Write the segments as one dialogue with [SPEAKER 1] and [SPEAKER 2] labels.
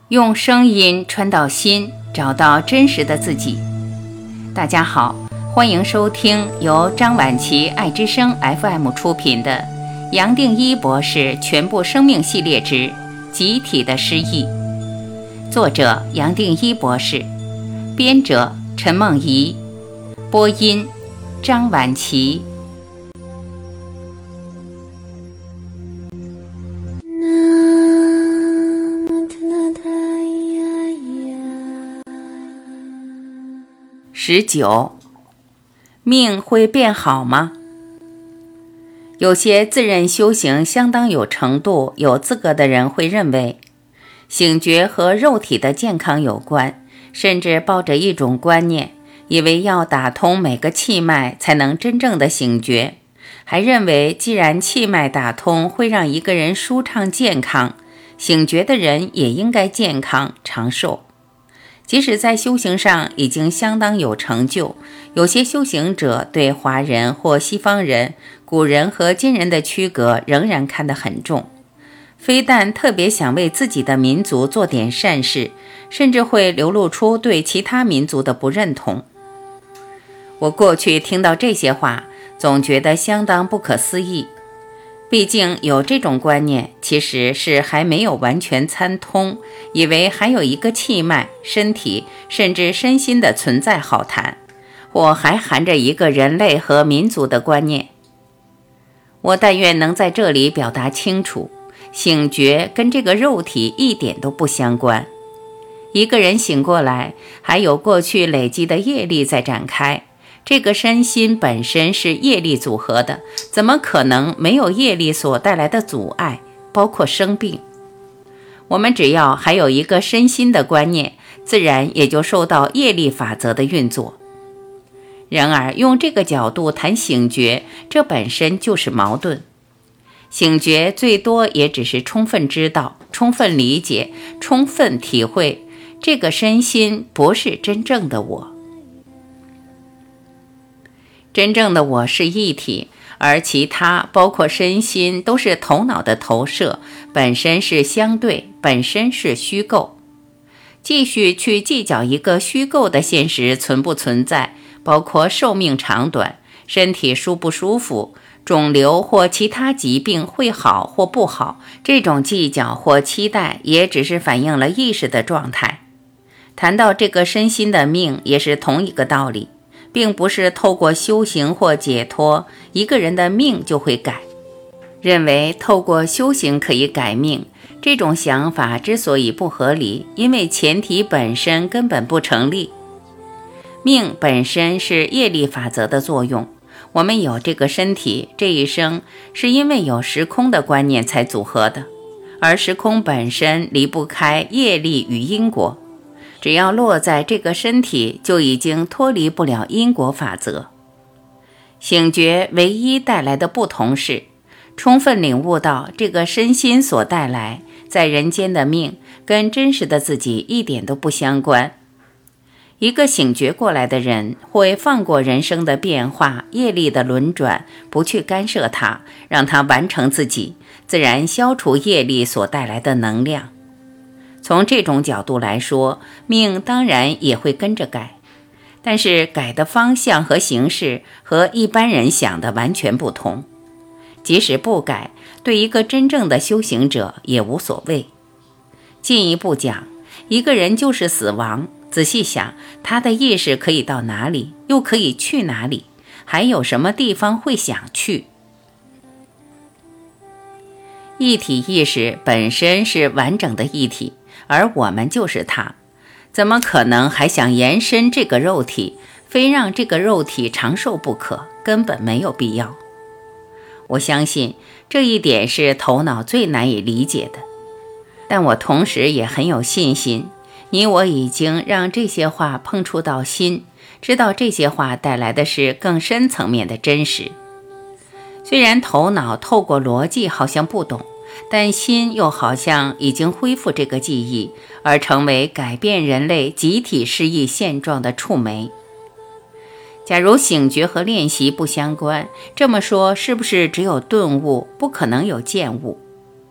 [SPEAKER 1] 用声音穿到心，找到真实的自己。大家好，欢迎收听由张晚琪爱之声 FM 出品的杨定一博士全部生命系列之集体的失忆，作者杨定一博士，编者陈梦怡，播音张晚琪。19，命会变好吗？有些自认修行相当有程度、有资格的人会认为，醒觉和肉体的健康有关，甚至抱着一种观念，以为要打通每个气脉才能真正的醒觉，还认为既然气脉打通会让一个人舒畅健康，醒觉的人也应该健康长寿。即使在修行上已经相当有成就，有些修行者对华人或西方人、古人和今人的区隔仍然看得很重，非但特别想为自己的民族做点善事，甚至会流露出对其他民族的不认同。我过去听到这些话，总觉得相当不可思议。毕竟有这种观念，其实是还没有完全参通，以为还有一个气脉、身体甚至身心的存在好谈，或还含着一个人类和民族的观念。我但愿能在这里表达清楚，醒觉跟这个肉体一点都不相关。一个人醒过来，还有过去累积的业力在展开，这个身心本身是业力组合的，怎么可能没有业力所带来的阻碍，包括生病？我们只要还有一个身心的观念，自然也就受到业力法则的运作。然而用这个角度谈醒觉，这本身就是矛盾。醒觉最多也只是充分知道、充分理解、充分体会，这个身心不是真正的我。真正的我是一体，而其他包括身心都是头脑的投射，本身是相对，本身是虚构。继续去计较一个虚构的现实存不存在，包括寿命长短、身体舒不舒服、肿瘤或其他疾病会好或不好，这种计较或期待也只是反映了意识的状态。谈到这个身心的命，也是同一个道理，并不是透过修行或解脱，一个人的命就会改。认为透过修行可以改命，这种想法之所以不合理，因为前提本身根本不成立。命本身是业力法则的作用，我们有这个身体，这一生是因为有时空的观念才组合的，而时空本身离不开业力与因果。只要落在这个身体，就已经脱离不了因果法则。醒觉唯一带来的不同是，充分领悟到这个身心所带来在人间的命跟真实的自己一点都不相关。一个醒觉过来的人会放过人生的变化、业力的轮转，不去干涉它，让它完成自己，自然消除业力所带来的能量。从这种角度来说，命当然也会跟着改，但是改的方向和形式和一般人想的完全不同。即使不改，对一个真正的修行者也无所谓。进一步讲，一个人就是死亡，仔细想，他的意识可以到哪里，又可以去哪里，还有什么地方会想去？一体意识本身是完整的一体，而我们就是它，怎么可能还想延伸这个肉体，非让这个肉体长寿不可？根本没有必要。我相信这一点是头脑最难以理解的，但我同时也很有信心，你我已经让这些话碰触到心，知道这些话带来的是更深层面的真实。虽然头脑透过逻辑好像不懂，但心又好像已经恢复这个记忆，而成为改变人类集体失忆现状的触媒。假如醒觉和练习不相关，这么说是不是只有顿悟，不可能有见悟？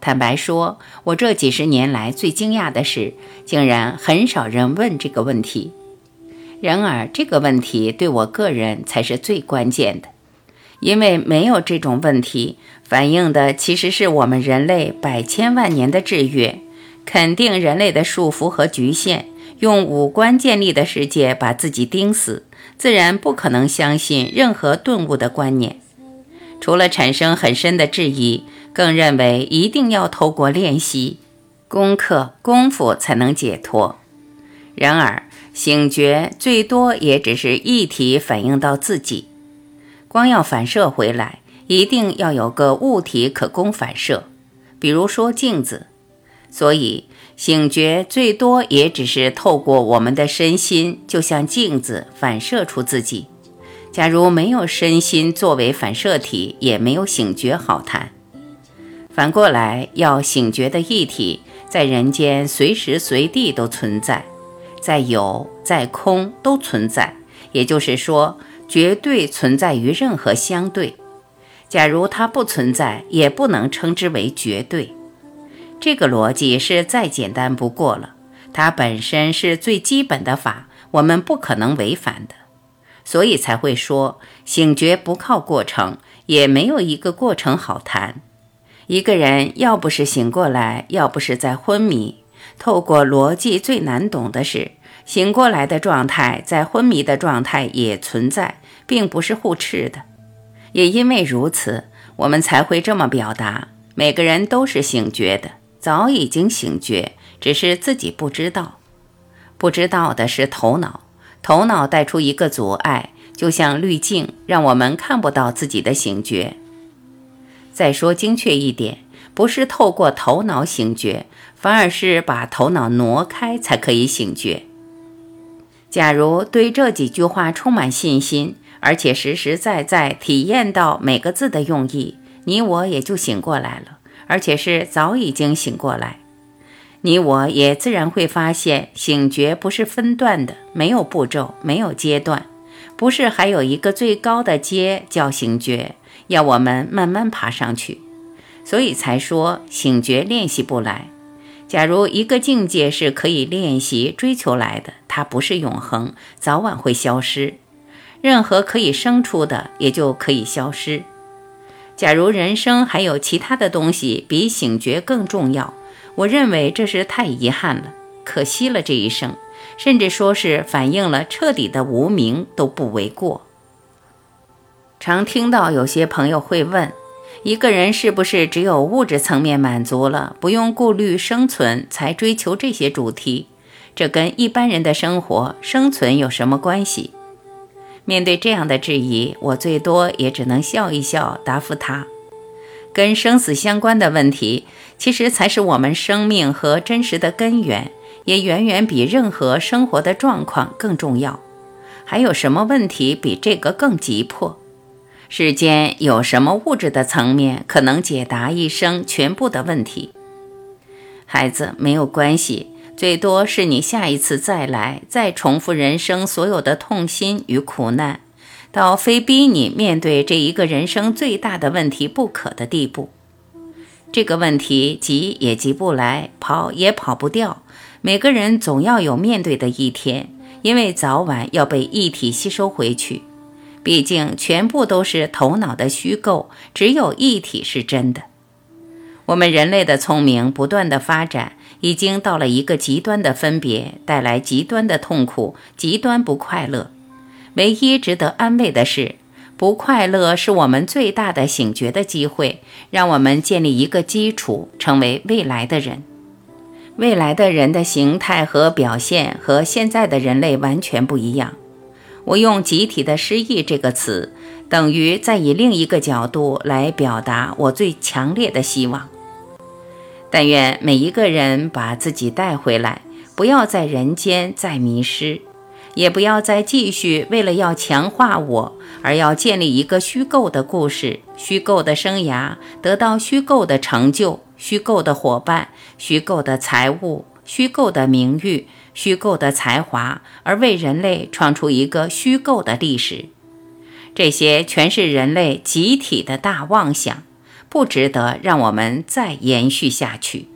[SPEAKER 1] 坦白说，我这几十年来最惊讶的是，竟然很少人问这个问题。然而，这个问题对我个人才是最关键的，因为没有这种问题，反映的其实是我们人类百千万年的制约，肯定人类的束缚和局限，用五官建立的世界把自己钉死，自然不可能相信任何顿悟的观念。除了产生很深的质疑，更认为一定要透过练习、功课、功夫才能解脱。然而，醒觉最多也只是一体反映到自己，光要反射回来，一定要有个物体可供反射，比如说镜子。所以，醒觉最多也只是透过我们的身心，就像镜子反射出自己。假如没有身心作为反射体，也没有醒觉好谈。反过来，要醒觉的一体，在人间随时随地都存在，在有在空都存在，也就是说，绝对存在于任何相对。假如它不存在，也不能称之为绝对。这个逻辑是再简单不过了，它本身是最基本的法，我们不可能违反的。所以才会说，醒觉不靠过程，也没有一个过程好谈。一个人要不是醒过来，要不是在昏迷。透过逻辑最难懂的是，醒过来的状态在昏迷的状态也存在，并不是互斥的。也因为如此，我们才会这么表达，每个人都是醒觉的，早已经醒觉，只是自己不知道。不知道的是头脑，头脑带出一个阻碍，就像滤镜，让我们看不到自己的醒觉。再说精确一点，不是透过头脑醒觉，反而是把头脑挪开才可以醒觉。假如对这几句话充满信心，而且实实在在体验到每个字的用意，你我也就醒过来了，而且是早已经醒过来。你我也自然会发现，醒觉不是分段的，没有步骤，没有阶段，不是还有一个最高的阶叫醒觉，要我们慢慢爬上去。所以才说醒觉练习不来。假如一个境界是可以练习追求来的，它不是永恒，早晚会消失。任何可以生出的，也就可以消失。假如人生还有其他的东西比醒觉更重要，我认为这是太遗憾了，可惜了这一生，甚至说是反映了彻底的无明都不为过。常听到有些朋友会问，一个人是不是只有物质层面满足了，不用顾虑生存才追求这些主题？这跟一般人的生活生存有什么关系？面对这样的质疑，我最多也只能笑一笑答复他。跟生死相关的问题，其实才是我们生命和真实的根源，也远远比任何生活的状况更重要。还有什么问题比这个更急迫？世间有什么物质的层面可能解答一生全部的问题？孩子，没有关系，最多是你下一次再来，再重复人生所有的痛心与苦难，到非逼你面对这一个人生最大的问题不可的地步。这个问题急也急不来，跑也跑不掉，每个人总要有面对的一天，因为早晚要被一体吸收回去。毕竟全部都是头脑的虚构，只有一体是真的。我们人类的聪明不断的发展，已经到了一个极端的分别，带来极端的痛苦，极端不快乐。唯一值得安慰的是，不快乐是我们最大的醒觉的机会，让我们建立一个基础，成为未来的人。未来的人的形态和表现和现在的人类完全不一样。我用集体的失忆这个词，等于在以另一个角度来表达我最强烈的希望。但愿每一个人把自己带回来，不要在人间再迷失，也不要再继续为了要强化我，而要建立一个虚构的故事、虚构的生涯，得到虚构的成就、虚构的伙伴、虚构的财物、虚构的名誉、虚构的才华，而为人类创出一个虚构的历史。这些全是人类集体的大妄想， 不值得让我们再延续下去。